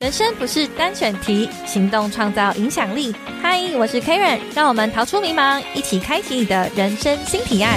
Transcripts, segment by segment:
人生不是单选题，行动创造影响力。嗨，我是 Karen， 让我们逃出迷茫，一起开启你的人生新提案。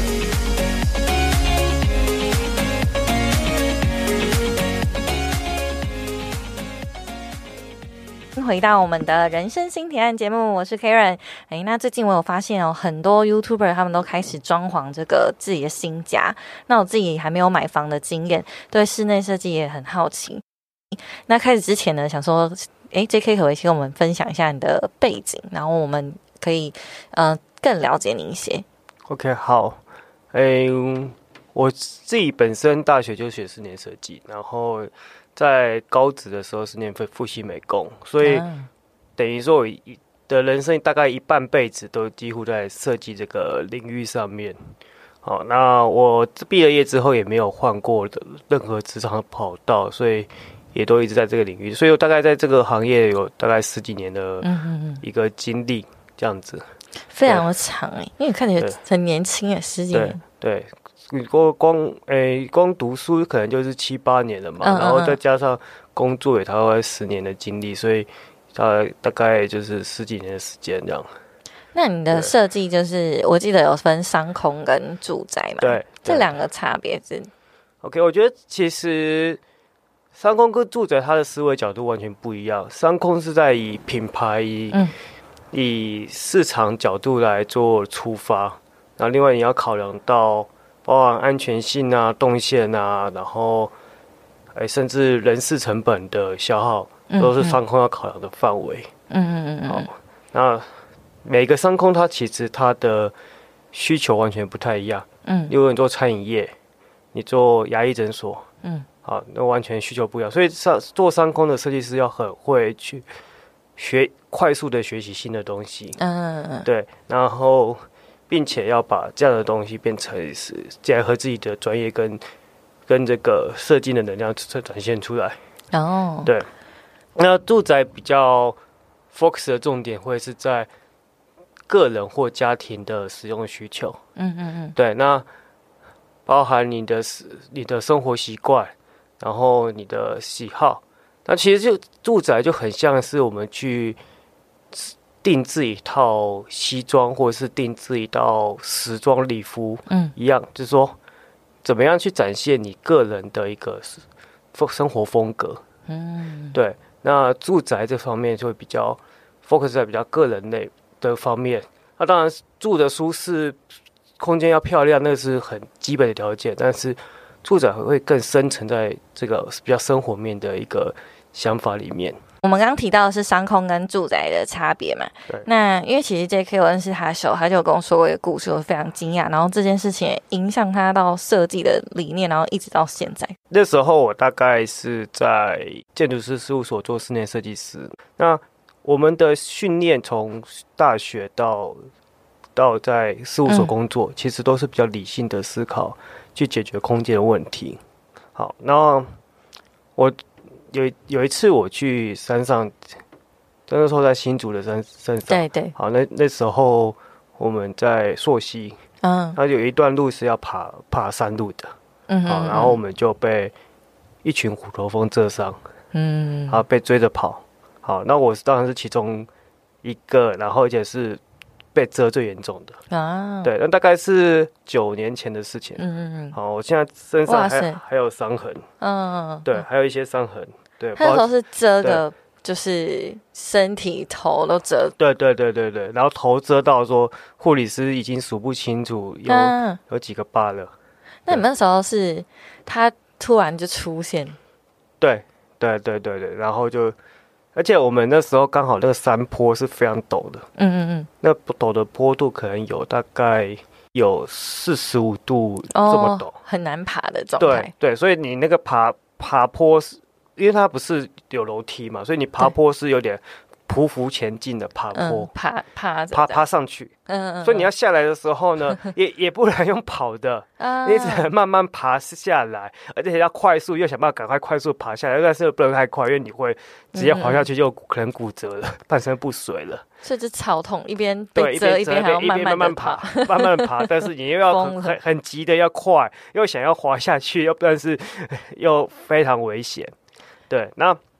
回到我们的人生新提案节目，我是 Karen。那最近我有发现很多 YouTuber 他们都开始装潢这个自己的新家。那我自己还没有买房的经验，对室内设计也很好奇。那开始之前呢，想说JK 可不可以跟我们分享一下你的背景，然后我们可以更了解你一些。 OK， 好。我自己本身大学就学室内设计，然后在高职的时候是念复习美工，所以等于说我的人生大概一半辈子都几乎在设计这个领域上面。好，那我毕了业之后也没有换过的任何职场跑道，所以也都一直在这个领域，所以我大概在这个行业有大概10几年的一个经历，这样子。 非常的长因为看起来很年轻10几年。对， 你光读书可能就是7、8年了嘛，然后再加上工作也大概10年的经历，所以大概就是10几年的时间这样。 那你的设计就是我记得有分商空跟住宅嘛？ 对， 这两个差别是 OK。我觉得其实商空跟住宅它的思维角度完全不一样。商空是在以品牌以市场角度来做出发，然后另外你要考量到包含安全性啊、动线啊，然后甚至人事成本的消耗，都是商空要考量的范围。好，那每个商空它其实它的需求完全不太一样。例如你做餐饮业，你做牙医诊所，好，那完全需求不一样。所以做商空的设计师要很会去快速的学习新的东西。对，然后并且要把这样的东西变成是结合自己的专业跟这个设计的能量展现出来。对，那住宅比较 focus 的重点会是在个人或家庭的使用需求。对，那包含你的生活习惯，然后你的喜好。那其实就住宅就很像是我们去定制一套西装，或者是定制一套时装礼服，一样，就是说怎么样去展现你个人的一个生活风格。对，那住宅这方面就会比较 focus 在比较个人类的方面。那当然住的舒适，空间要漂亮，那是很基本的条件，但是住宅会更深层在这个比较生活面的一个想法里面。 我们刚刚提到的是商空跟住宅的差别嘛？那因为其实 JK 我认识他的时候，他就有跟我说过一个故事，我非常惊讶，然后这件事情也影响他到设计的理念，然后一直到现在。 那时候我大概是在建筑师事务所做室内设计师。那我们的训练从大学到在事务所工作，其实都是比较理性的思考去解决空间的问题。好，然后我有一次我去山上，那时候在新竹的山上。 对。 好，那时候我们在溯溪，然后有一段路是要爬山路的。好，然后我们就被一群虎头蜂蛰伤，然后被追着跑。好，那我当然是其中一个，然后而且是被蛰最严重的。对，那大概是9年前的事情。好，我现在身上还有伤痕。对，还有一些伤痕。对， 他那时候是蛰的，就是身体头都蛰。 对，然后头蛰到说护理师已经数不清楚有几个疤了。 那你们那时候是他突然就出现？ 对，然后就。而且我们那时候刚好那个山坡是非常陡的。那陡的坡度可能有大概有45度这么陡， 很难爬的状态。 对，所以你那个爬坡是，因为它不是有楼梯嘛，所以你爬坡是有点匍匐前进的爬坡，爬上去。所以你要下来的时候呢，也不能用跑的，你只能慢慢爬下来，而且要快速，又想办法赶快快速爬下来，但是不能太快，因为你会直接滑下去就可能骨折了，半身不遂了。 所以就超痛，一边被蛰一边还要慢慢爬， 慢慢爬，但是你又要很急的要快，又想要滑下去，又不然是又非常危险。对，那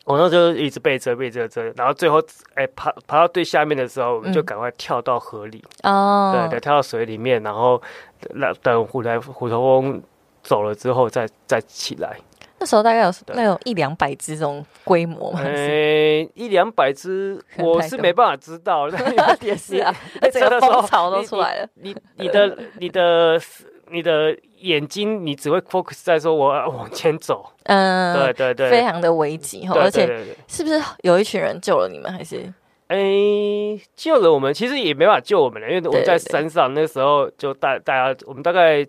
我那时候一直被遮，然后最后爬到最下面的时候，我们就赶快跳到河里，对，跳到水里面，然后等虎头蜂走了之后再起来。 那时候大概有那种100-200只这种规模吗 ？100-200只，我是没办法知道。 也是啊，整个蜂巢都出来了。 你的眼睛，你只会 focus 在说我要往前走。对， 非常的危急。而且是不是有一群人救了你们？还是？ 救了我们，其实也没办法救我们了，因为我们在山上，那时候就大家，我们大概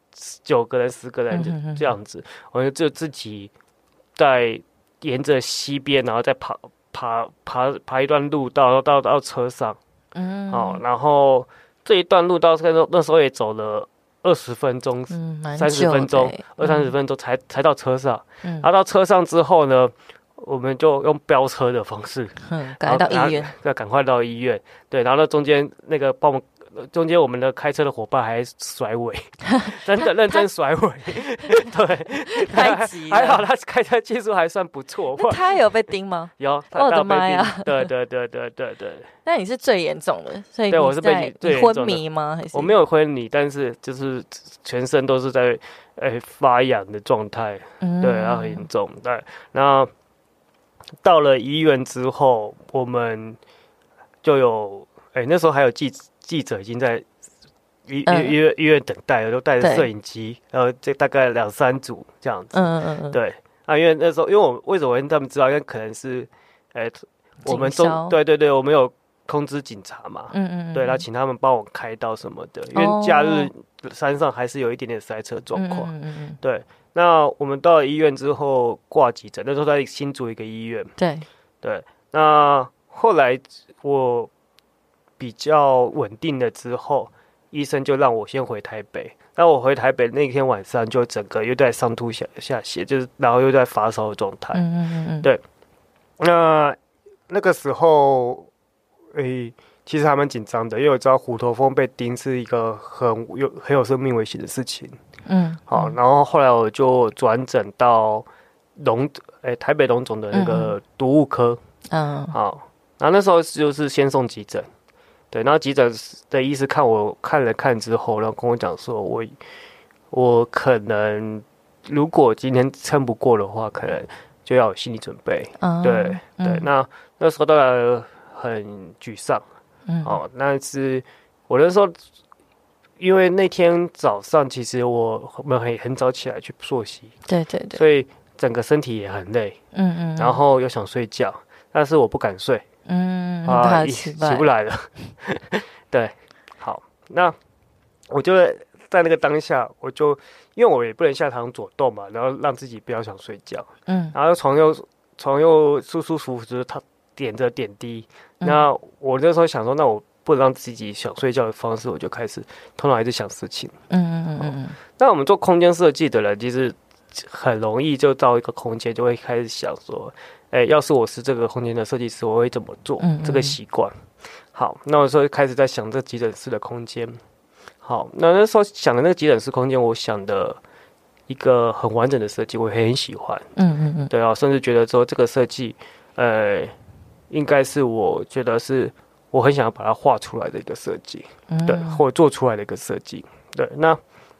9个人、10个人就这样子，我们就自己在沿着溪边，然后再爬一段路到车上，然后这一段路到那时候也走了20分钟、30分钟、20-30分钟才到车上，然后到车上之后呢，我们就用飙车的方式， 赶快到医院， 要赶快到医院。对，然后那中间我们的开车的伙伴还甩尾，真的认真甩尾。对， 太急了， 还好他开车技术还算不错。 他有被叮吗？ 有， 我的妈呀！ 对。 那你是最严重的，所以对我是被最严重的。 昏迷吗？还是我没有昏迷，但是就是全身都是在发痒的状态，对，然后很严重。对，然后到了医院之后，我们就有那时候还有记者已经在医院等待了，都带着摄影机，这大概2-3组这样子。对啊，因为那时候，因为我为什么他们知道？因为可能是我们对，我们有通知警察嘛，对，然后请他们帮我开刀什么的，因为假日山上还是有一点点塞车状况。对，那我们到了医院之后挂急诊，那时候在新竹一个医院。对，那后来我比较稳定了之后，医生就让我先回台北。那我回台北那天晚上，就整个又在上吐下泻，就是然后又在发烧的状态。对，那个时候，其实还蛮紧张的，因为我知道虎头蜂被叮是一个很有生命危险的事情。好，然后后来我就转诊到台北荣总的那个毒物科。好，然后那时候就是先送急诊。对，然后急诊的医师看了之后，然后跟我讲说，我可能如果今天撑不过的话，可能就要有心理准备。对，那时候当然很沮丧。那是我那时候，因为那天早上其实我们很早起来去溯溪， 对， 所以整个身体也很累。然后又想睡觉，但是我不敢睡。起不来了。对，好，那我就在那个当下，因为我也不能下床走动嘛，然后让自己不要想睡觉。然后床又舒舒服服，就是它点着点滴。那我那时候想说，那我不能让自己想睡觉的方式，我就开始通常还是想事情。那我们做空间设计的人，其实很容易就到一个空间，就会开始想说，要是我是这个空间的设计师，我会怎么做？这个习惯。好，那我说开始在想这急诊室的空间。好，那时候想的那个急诊室空间，我想的一个很完整的设计，我很喜欢。对啊，甚至觉得说这个设计，应该是我觉得是我很想要把它画出来的一个设计，对，或者做出来的一个设计。对，那，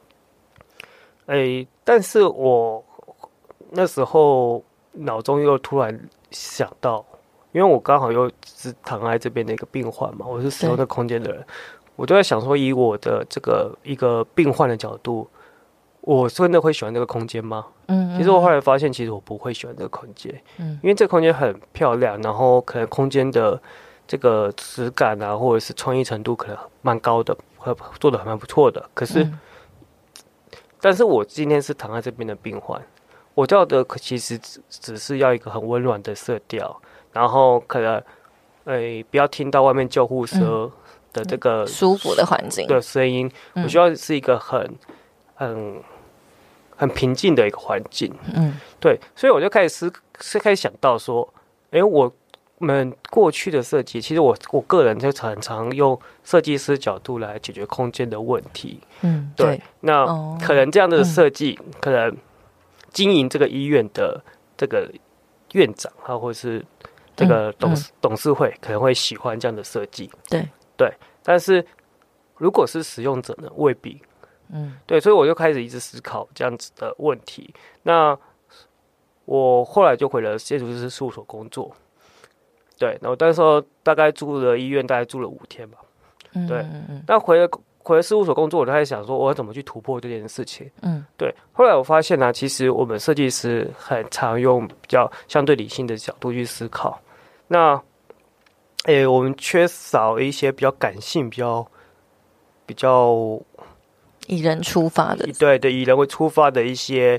但是我那时候脑中又突然想到，因为我刚好又是躺在这边的一个病患嘛，我是使用这空间的人，我就在想说，以我的这个一个病患的角度，我真的会喜欢这个空间吗？其实我后来发现，其实我不会喜欢这个空间，因为这个空间很漂亮，然后可能空间的这个质感啊，或者是创意程度可能蛮高的，做的还蛮不错的。可是，但是我今天是躺在这边的病患，我要的其实只是要一个很温暖的色调，然后可能，不要听到外面救护车的这个舒服的环境的声音，我需要是一个很平静的一个环境。对，所以我就开始想到说，我们过去的设计，其实我个人就常常用设计师角度来解决空间的问题。对，那可能这样的设计，可能经营这个医院的这个院长啊，或者是这个董事会可能会喜欢这样的设计。对，但是如果是使用者呢，未必。对，所以我就开始一直思考这样子的问题。那我后来就回了建筑师事务所工作。对，然后那时候大概住了医院，大概住了5天吧。对，那回了事务所工作，我就开始想说，我要怎么去突破这件事情。对。后来我发现呢，其实我们设计师很常用比较相对理性的角度去思考。那，我们缺少一些比较感性、比较以人出发的， 对，以人为出发的一些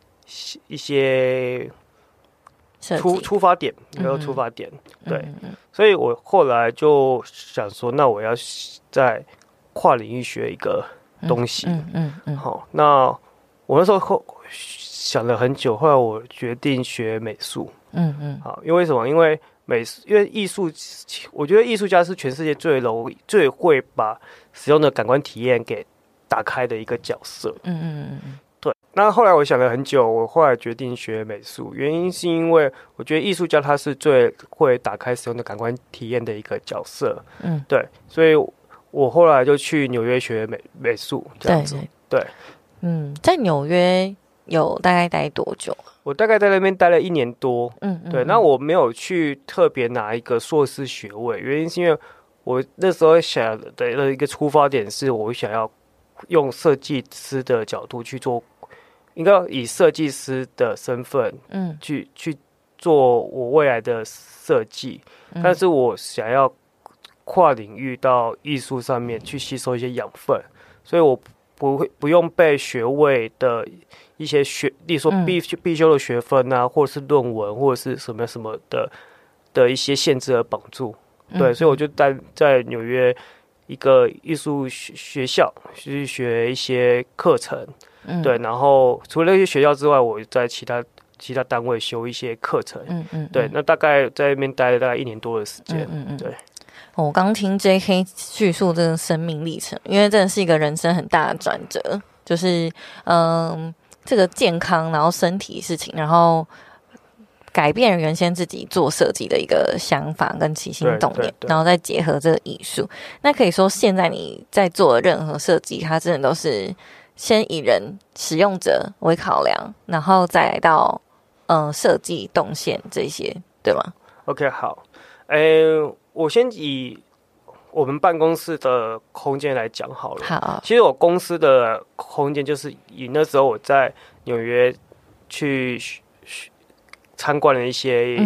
出发点，出发点。对，所以我后来就想说，那我要在跨领域学一个东西。好，那我那时候想了很久，后来我决定学美术。好，因为什么？因为艺术，我觉得艺术家是全世界最会把使用的感官体验给打开的一个角色。对，那后来我想了很久，我后来决定学美术，原因是因为我觉得艺术家他是最会打开使用的感官体验的一个角色。对，所以我后来就去纽约学美术，这样子。对， 在纽约有大概待多久？ 我大概在那边待了1年多。对，那我没有去特别拿一个硕士学位，原因是因为我那时候想的一个出发点是我想要用设计师的角度去做，应该以设计师的身份，去做我未来的设计，但是我想要跨领域到艺术上面去吸收一些养分，所以我不用被学位的一些例如说必修的学分啊，或者是论文，或者是什么什么的一些限制而绑住。对，所以我就在纽约一个艺术学校去学一些课程。对，然后除了那些学校之外，我在其他单位修一些课程。对，那大概在那边待了大概1年多的时间。对。 我刚听 J.K. 叙述这个生命历程，因为真的是一个人生很大的转折，就是这个健康，然后身体事情，然后改变原先自己做设计的一个想法跟起心动念，然后再结合这个艺术。那可以说现在你在做的任何设计，它真的都是先以人使用者为考量，然后再来到设计动线这些，对吗 ？OK， 好，我先以我们办公室的空间来讲好了。 好， 其实我公司的空间就是以那时候我在纽约去参观了一些，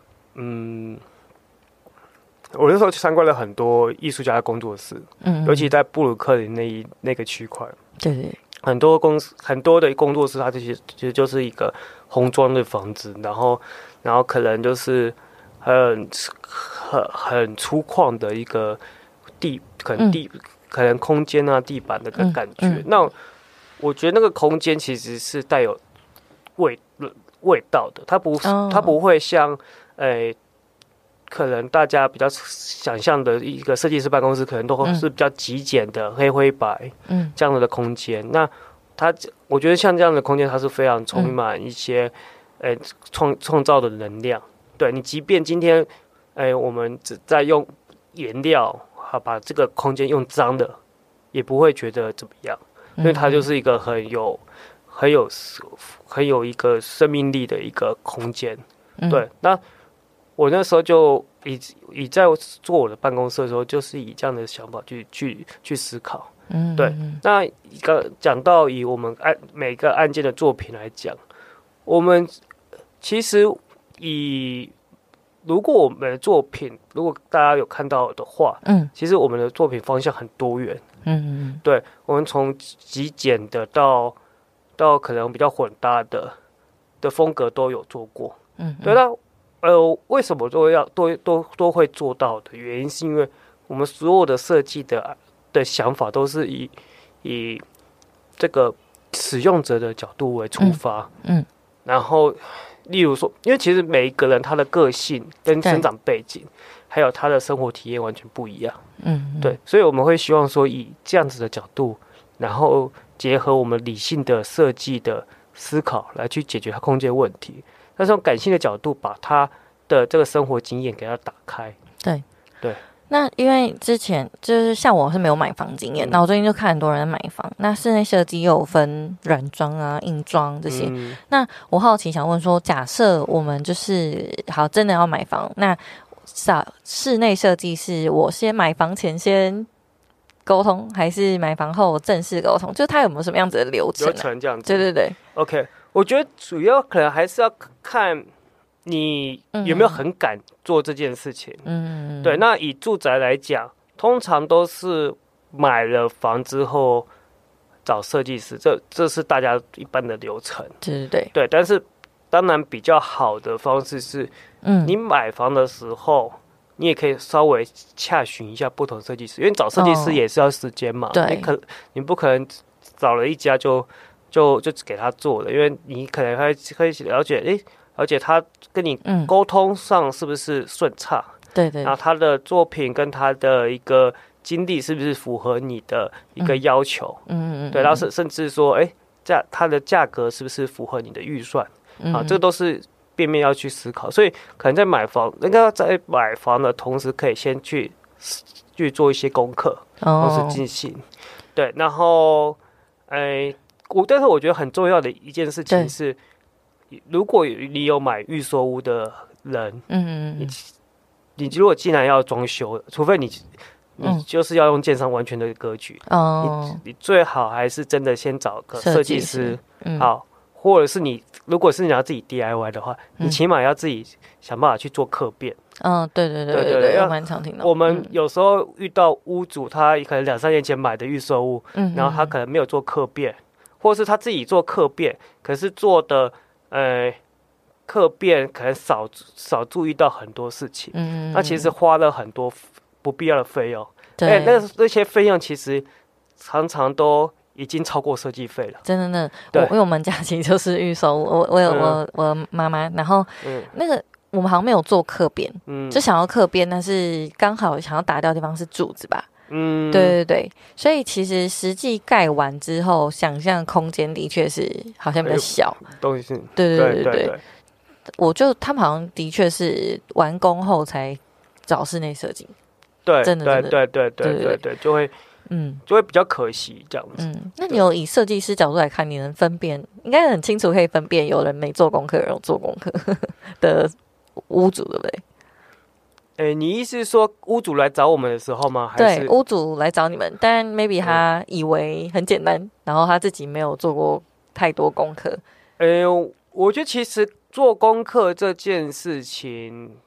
我那时候去参观了很多艺术家的工作室，尤其在布鲁克林那个区块， 对， 很多的工作室，它其实就是一个红砖的房子，然后可能就是很粗犷的一个可能空间啊、地板的感觉。那我觉得那个空间其实是带有味道的，它不会像可能大家比较想象的一个设计师办公室，可能都是比较极简的黑灰白这样的空间。那我觉得像这样的空间，它是非常充满一些创造的能量。对，你即便今天我们只在用颜料把这个空间用脏的，也不会觉得怎么样，因为它就是一个很有一个生命力的一个空间。对，那我那时候就以在做我的办公室的时候，就是以这样的想法去思考。对，那讲到以我们每个案件的作品来讲，我们其实如果我们的作品，如果大家有看到的话，其实我们的作品方向很多元。对，我们从极简的到可能比较混搭的风格都有做过。对，那为什么都会做到的原因，是因为我们所有的设计的想法都是以这个使用者的角度为出发。然后例如说，因为其实每一个人他的个性跟生长背景还有他的生活体验完全不一样。对，所以我们会希望说以这样子的角度，然后结合我们理性的设计的思考来去解决它空间问题。 但是从感性的角度把他的这个生活经验给他打开。 对对。 那因为之前就是像我是没有买房经验，那我最近就看很多人在买房，那室内设计又有分软装啊、硬装这些。那我好奇想问说，假设我们就是好真的要买房，那室内设计是我先买房前先沟通，还是买房后正式沟通？就它有没有什么样子的流程？ 流程这样子。 对对对。 OK， 我觉得主要可能还是要看你有没有很敢做这件事情。对。那以住宅来讲，通常都是买了房之后找设计师，这是大家一般的流程。 对对对。 对，但是当然比较好的方式是，你买房的时候，你也可以稍微洽询一下不同设计师，因为找设计师也是要时间嘛。 对。 你不可能找了一家就给他做了，因为你可能会了解，而且他跟你沟通上是不是顺畅？ 对对。 然后他的作品跟他的一个经历是不是符合你的一个要求？对，然后甚至说，它的价格是不是符合你的预算？这都是变面要去思考。所以可能在买房的同时，可以先去做一些功课，同时进行。对，然后，但是我觉得很重要的一件事情是，如果你有买预售屋的人，你如果既然要装修，除非你就是要用建商完全的格局，你最好还是真的先找个设计师，好，或者是如果是你要自己 DIY 的话，你起码要自己想办法去做客变。 对对对对对，我蛮常听到。 我们有时候遇到屋主，他可能2-3年前买的预售屋，然后他可能没有做客变，或是他自己做客变，可是做的客变可能少注意到很多事情，那其实花了很多不必要的费用。那些费用其实常常都已经超过设计费了。 真的，因为我们家其实就是预售，我妈妈，然后那个我们好像没有做客变，就想要客变，但是刚好想要打掉的地方是柱子吧。对对对，所以其实实际盖完之后，想象空间的确是好像比较小。 东西是， 对对对对。他们好像的确是完工后才找室内设计。 对， 真的对，就会比较可惜这样子。 那你有以设计师角度来看，你能分辨，应该很清楚可以分辨有人没做功课，有人做功课的屋主，对不对？ 你意思是说屋主来找我们的时候吗？还是对，屋主来找你们，但 maybe 他以为很简单，然后他自己没有做过太多功课。 我觉得其实做功课这件事情，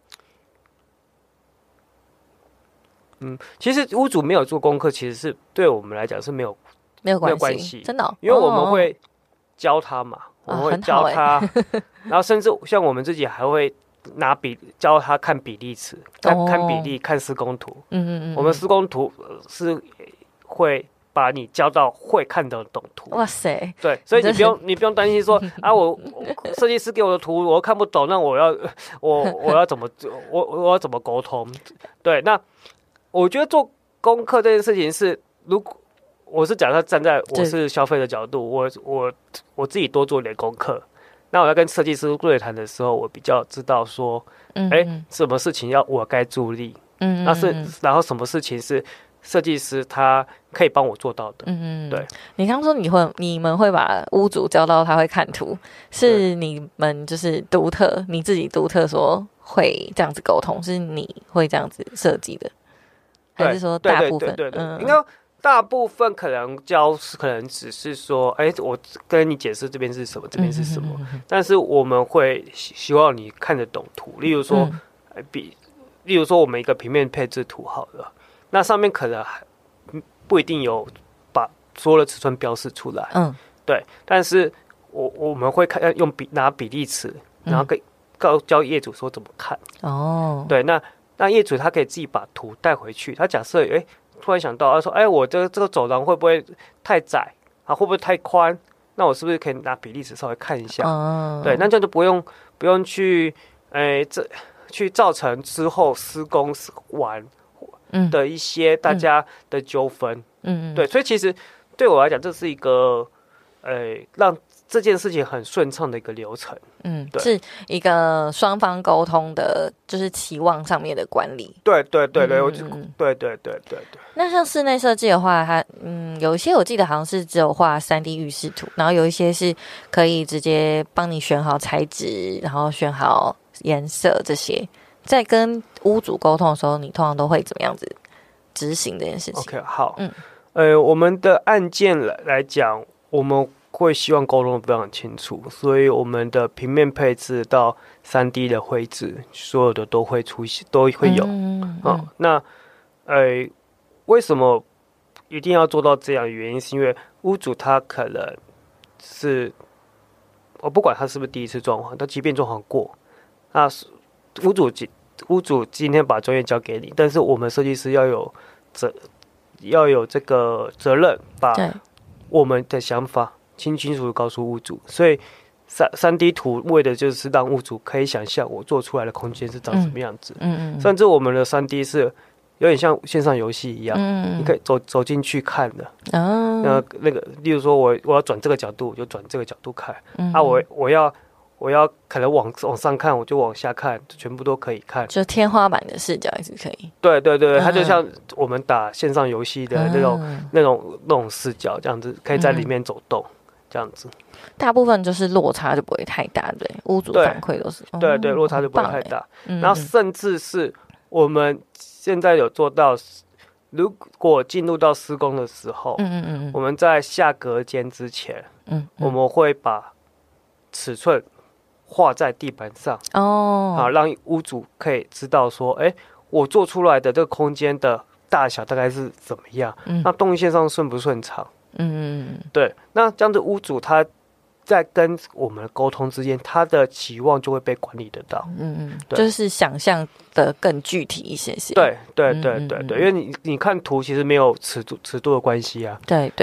其实屋主没有做功课，其实是对我们来讲是没有关系， 真的， 因为我们会教他嘛，我们会教他，然后甚至像我们自己还会教他看比例尺，看比例，看施工图。我们施工图是会把你教到会看得懂图。 哇塞！ 对，所以你不用担心说我设计师给我的图我看不懂，那我要怎么我要怎么沟通？对，那我觉得做功课这件事情是，如果我是假设站在我是消费的角度，我自己多做点功课。那我要跟设计师对谈的时候，我比较知道说，什么事情我该注意，然后什么事情是设计师他可以帮我做到的。对。 你刚说你们会把屋主教到他会看图，是你们就是你自己独特说会这样子沟通，是你会这样子设计的，还是说大部分？ 对，应该。大部分可能只是说，我跟你解释这边是什么，这边是什么，但是我们会希望你看得懂图。例如说，我们一个平面配置图好了，那上面可能不一定有把所有的尺寸标示出来，对。但是我们会拿比例尺，然后教业主说怎么看。对，那业主他可以自己把图带回去，他假设突然想到，他说：“我这个走廊会不会太窄啊？会不会太宽？那我是不是可以拿比例尺稍微看一下？对，那这样就不用去去造成之后施工完的一些大家的纠纷。对，所以其实对我来讲，这是一个让这件事情很顺畅的一个流程。 是一个双方沟通的，就是期望上面的管理。 对，对。 那像室内设计的话，它有一些我记得好像是只有画3D 浴室图，然后有一些是可以直接帮你选好材质，然后选好颜色这些。在跟屋主沟通的时候，你通常都会怎么样子执行这件事情 ？OK， 好，我们的案件来讲，我们会希望沟通的非常清楚，所以我们的平面配置到3D 的绘制，所有的都会出现，都会有。那为什么一定要做到这样？原因是因为屋主他可能是，我不管他是不是第一次装潢，他即便装潢过，那屋主今天把专业交给你，但是我们设计师要有这个责任，把我们的想法清清楚楚告诉屋主。所以3D 图为的就是让屋主可以想象我做出来的空间是长什么样子。甚至我们的3D 是有点像线上游戏一样，你可以走进去看的。那个，例如说我要转这个角度，我就转这个角度看。我要可能往上看，我就往下看，全部都可以看。 就天花板的视角也是可以。 对，它就像我们打线上游戏的那种视角，这样子可以在里面走动，这样子。 大部分就是落差就不会太大，对，屋主反馈都是。 对，落差就不会太大。然后甚至是我们现在有做到，如果进入到施工的时候，我们在下隔间之前，我们会把尺寸画在地板上，让屋主可以知道说，我做出来的这个空间的大小大概是怎么样，那动线上顺不顺畅？对，那这样子屋主他在跟我们沟通之间，他的期望就会被管理得到。 就是想象的更具体一些些。 对，因为你看图其实没有尺度的关系啊。 对。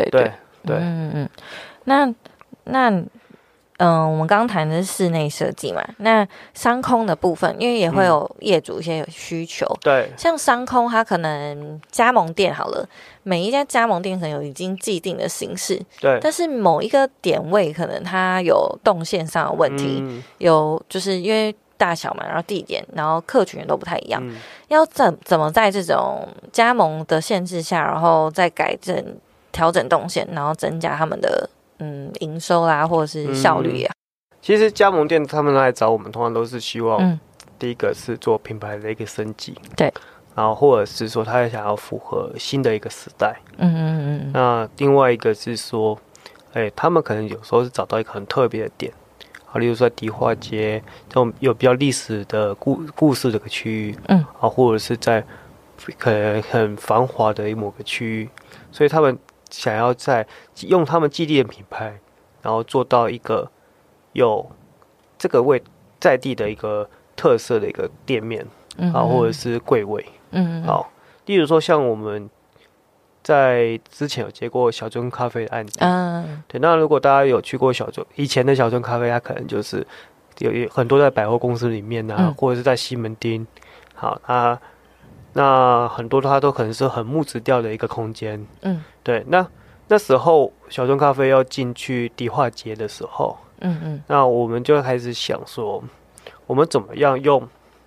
我们刚刚谈的是室内设计嘛，那商空的部分，因为也会有业主一些需求， 对， 像商空，它可能加盟店好了，每一家加盟店可能有已经既定的形式， 对， 但是某一个点位可能它有动线上的问题，有就是因为大小嘛，然后地点，然后客群都不太一样，要怎么在这种加盟的限制下，然后再调整动线，然后增加他们的营收啦，或者是效率啊。 其实加盟店他们来找我们，通常都是希望，第一个是做品牌的一个升级， 对， 然后或者是说他想要符合新的一个时代，那另外一个是说，他们可能有时候是找到一个很特别的点，例如说在迪化街这种有比较历史的故事的一个区域，或者是在可能很繁华的某个区域，所以他们想要用他们既定的品牌，然后做到一个有这个在地的一个特色的一个店面，或者是柜位，好，例如说像我们在之前有接过小樽咖啡的案子，对，那如果大家有去过以前的小樽咖啡，它可能就是有很多在百货公司里面或者是在西门町，好，那很多它都可能是很木质调的一个空间，对，那时候小樽咖啡要进去迪化街的时候，那我们就开始想说，我们怎么样用，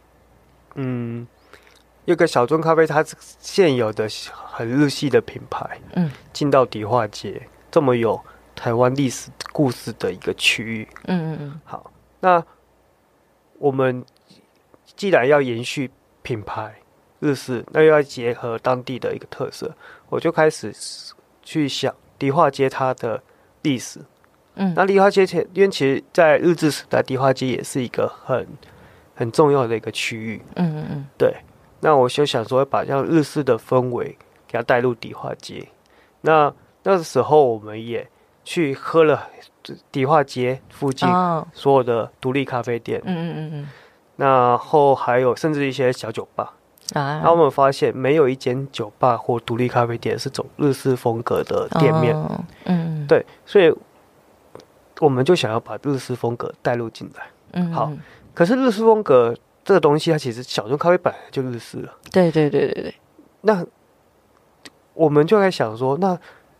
一个小樽咖啡它现有的很日系的品牌，进到迪化街这么有台湾历史故事的一个区域，好，那我们既然要延续品牌日式，那又要结合当地的一个特色，我就开始去想迪化街它的历史。那迪化街因为其实在日治时代，迪化街也是一个很重要的一个区域。对。那我就想说，把这样日式的氛围给它带入迪化街。那时候我们也去喝了迪化街附近所有的独立咖啡店。然后还有甚至一些小酒吧。然后我们发现没有一间酒吧或独立咖啡店是走日式风格的店面。对，所以我们就想要把日式风格带入进来。好，可是日式风格这个东西，它其实小樽咖啡本来就日式了。 对。 那我们就在想说，那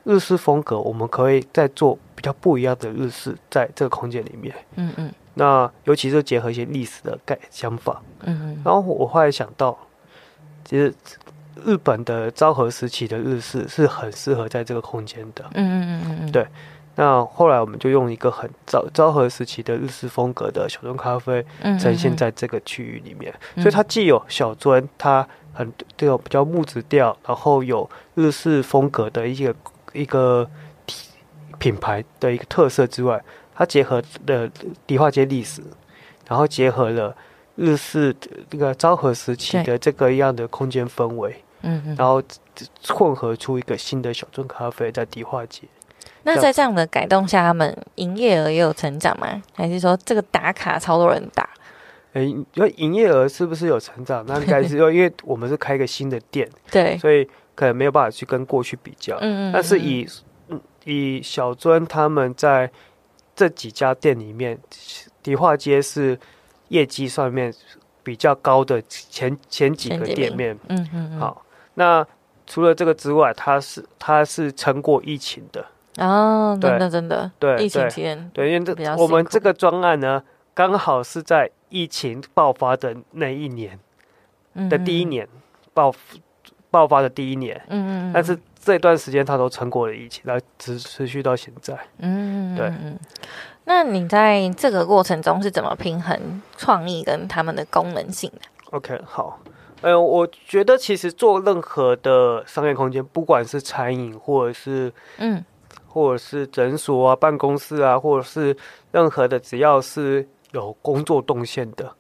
日式风格，我们可以再做比较不一样的日式在这个空间里面。那尤其是结合一些历史的想法。然后我后来想到，其实日本的昭和时期的日式是很适合在这个空间的。对。那后来我们就用一个很昭和时期的日式风格的小樽咖啡呈现在这个区域里面，所以它既有小樽，它这种比较木质调，然后有日式风格的一个品牌的一个特色之外，它结合了迪化街历史，然后结合了日式这个昭和时期的这个样的空间氛围，然后混合出一个新的小樽咖啡在迪化街。 那在这样的改动下，他们营业额也有成长吗？还是说这个打卡超多人打？ 因为营业额是不是有成长？那应该是因为我们是开一个新的店， 对， 所以可能没有办法去跟过去比较。但是以小樽他们在这几家店里面，迪化街是业绩上面比较高的前几个店面。好，那除了这个之外，它是撑过疫情的。 真的， 对， 疫情期间， 对，因为我们这个专案呢，刚好是在疫情爆发的那一年的第一年爆发的第一年，但是这段时间它都撑过了疫情，然后持续到现在，对。 那你在这个过程中是怎么平衡创意跟他们的功能性的 ？OK， 好。我觉得其实做任何的商业空间，不管是餐饮或者是诊所啊、办公室啊，或者是任何的，只要是有工作动线的，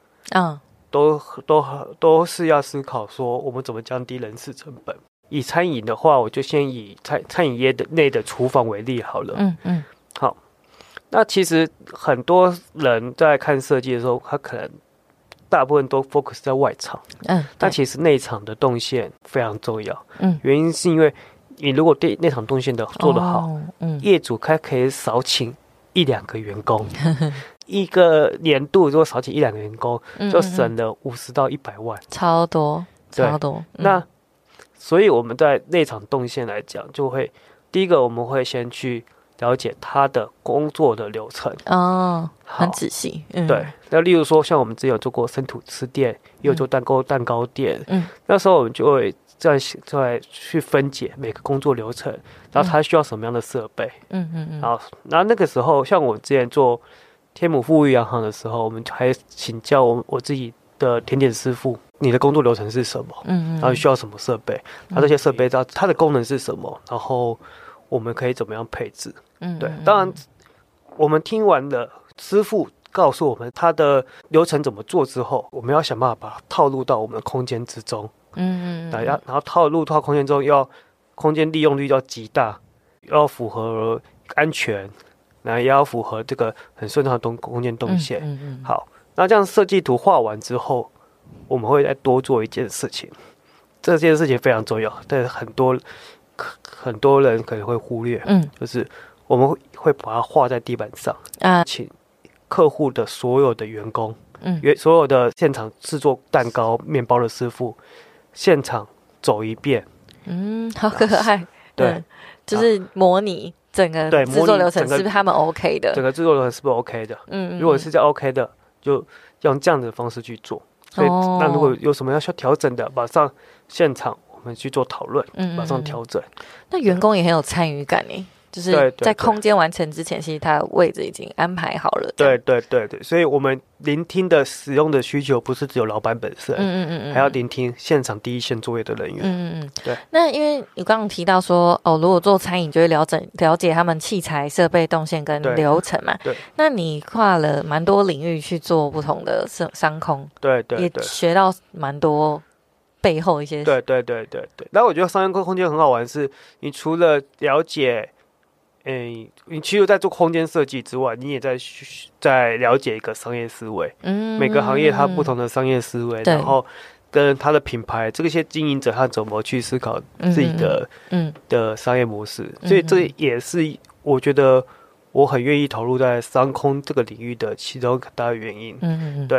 都是要思考说我们怎么降低人事成本。以餐饮的话，我就先以餐饮业内的厨房为例好了。好，那其实很多人在看设计的时候，他可能大部分都 focus 在外场，但其实内场的动线非常重要。原因是因为你如果对内场动线的做得好，业主可以少请1-2个员工，一个年度如果少请1-2个员工，就省了50到100万， 超多。 那所以我们在内场动线来讲，就会第一个我们会先去了解他的工作的流程很仔细。 对，那例如说像我们之前有做过生吐司店，也有做蛋糕店，那时候我们就会再去分解每个工作流程，然后他需要什么样的设备，然后那个时候，像我之前做天母富裕洋行的时候，我们还请教我自己的甜点师傅，你的工作流程是什么，然后需要什么设备，这些设备它的功能是什么，然后我们可以怎么样配置，对，当然我们听完了师傅告诉我们他的流程怎么做之后，我们要想办法把它套入到我们的空间之中。然后套入到空间中，要空间利用率要极大，要符合安全，然后也要符合这个很顺畅的空间动线。好，那这样设计图画完之后，我们会再多做一件事情，这件事情非常重要，但是很多人可能会忽略，就是我们会把它画在地板上，请客户的所有的员工，所有的现场制作蛋糕、面包的师傅。现场走一遍， 好可爱。 对， 就是模拟整个制作流程是不是他们 OK 的？ 整个制作流程是不是 OK 的？如果是在 OK 的，就用这样的方式去做。所以，那如果有什么要需要调整的，马上现场我们去做讨论，马上调整。 那员工也很有参与感耶。就是在空间完成之前，其实它的位置已经安排好了。 对，所以我们聆听的使用的需求不是只有老板本身，还要聆听现场第一线作业的人员。对。 那因为你刚刚提到说，如果做餐饮就会了解他们器材、设备、动线跟流程嘛。 对。 那你跨了蛮多领域去做不同的商空， 对， 也学到蛮多背后一些。 对。然后我觉得商业空间很好玩，是你除了了解。你其实在做空间设计之外，你也在了解一个商业思维。每个行业它不同的商业思维，然后跟它的品牌，这些经营者他怎么去思考自己的商业模式。所以这也是我觉得我很愿意投入在商空这个领域的其中一个大原因。对，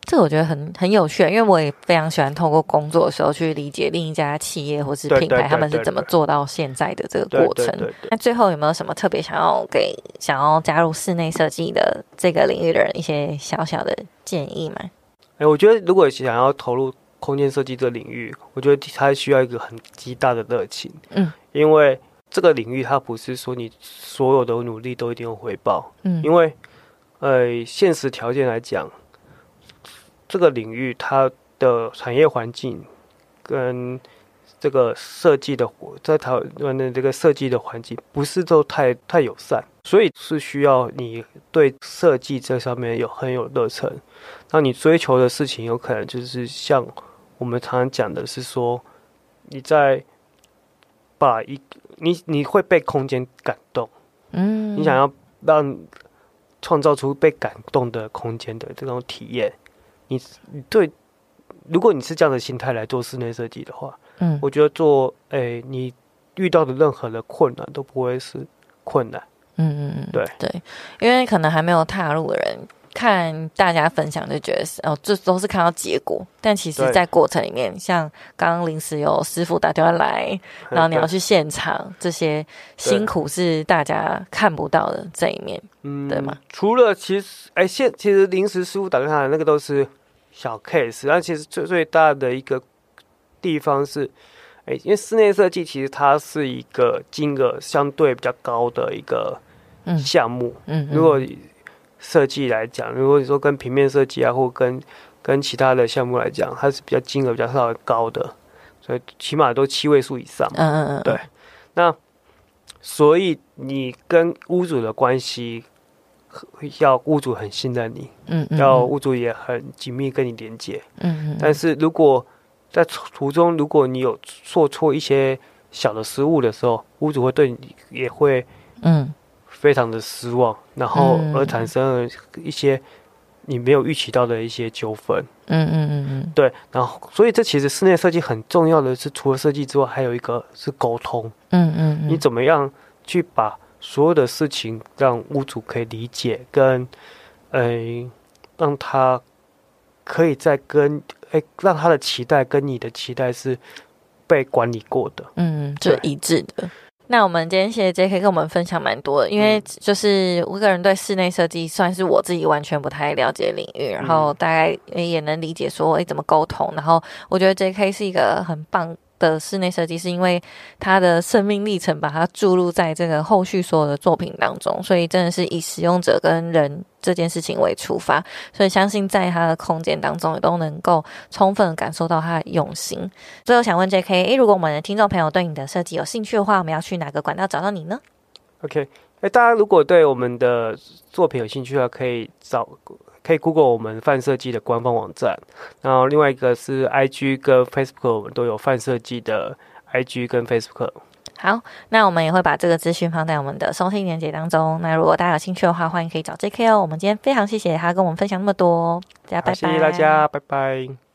这个我觉得很有趣，因为我也非常喜欢透过工作的时候去理解另一家企业或是品牌他们是怎么做到现在的这个过程。那最后有没有什么特别想要加入室内设计的这个领域的人一些小小的建议吗？ 我觉得如果想要投入空间设计这个领域，我觉得它需要一个很极大的热情。因为这个领域它不是说你所有的努力都一定有回报。因为现实条件来讲，这个领域它的产业环境跟这个设计的在台湾的这个设计的环境不是都太友善，所以是需要你对设计这上面很有热忱。那你追求的事情有可能就是像我们常常讲的是说，你在把你会被空间感动，你想要创造出被感动的空间的这种体验。你对，如果你是这样的心态来做室内设计的话，我觉得你遇到的任何的困难都不会是困难。对， 因为可能还没有踏入的人，看大家分享就觉得这都是看到结果，但其实在过程里面，像刚刚临时有师傅打电话来，然后你要去现场，这些辛苦是大家看不到的这一面，对吗？ 除了其实临时师傅打电话来那个都是小 case， 但其实最大的一个地方是，因为室内设计其实它是一个金额相对比较高的一个项目。如果设计来讲，如果你说跟平面设计啊，或跟其他的项目来讲，它是比较金额比较稍微高的，所以起码都7位数以上。对。那所以你跟屋主的关系，要屋主很信任你，要屋主也很紧密跟你连接。但是如果在途中，如果你有做错一些小的失误的时候，屋主会对你也会非常的失望，然后而产生了一些你没有预期到的一些纠纷。对，然后所以这其实室内设计很重要的是，除了设计之外，还有一个是沟通。你怎么样去把所有的事情让屋主可以理解，跟让他可以再让他的期待跟你的期待是被管理过的， 就一致的。那我们今天谢谢 JK 跟我们分享蛮多的，因为就是我个人对室内设计算是我自己完全不太了解领域，然后大概也能理解说怎么沟通，然后我觉得 JK 是一个很棒的室内设计，是因为他的生命历程把它注入在这个后续所有的作品当中，所以真的是以使用者跟人这件事情为出发，所以相信在他的空间当中也都能够充分感受到他的用心。最后想问 JK， 如果我们的听众朋友对你的设计有兴趣的话，我们要去哪个管道找到你呢？ OK， 大家如果对我们的作品有兴趣的话，可以 Google 我们泛设计的官方网站，然后另外一个是 IG 跟 Facebook， 我们都有泛设计的 IG 跟 Facebook。 好，那我们也会把这个资讯放在我们的收听连结当中。那如果大家有兴趣的话，欢迎可以找 JK 哦。我们今天非常谢谢他跟我们分享那么多，大家拜拜。 谢谢大家，拜拜。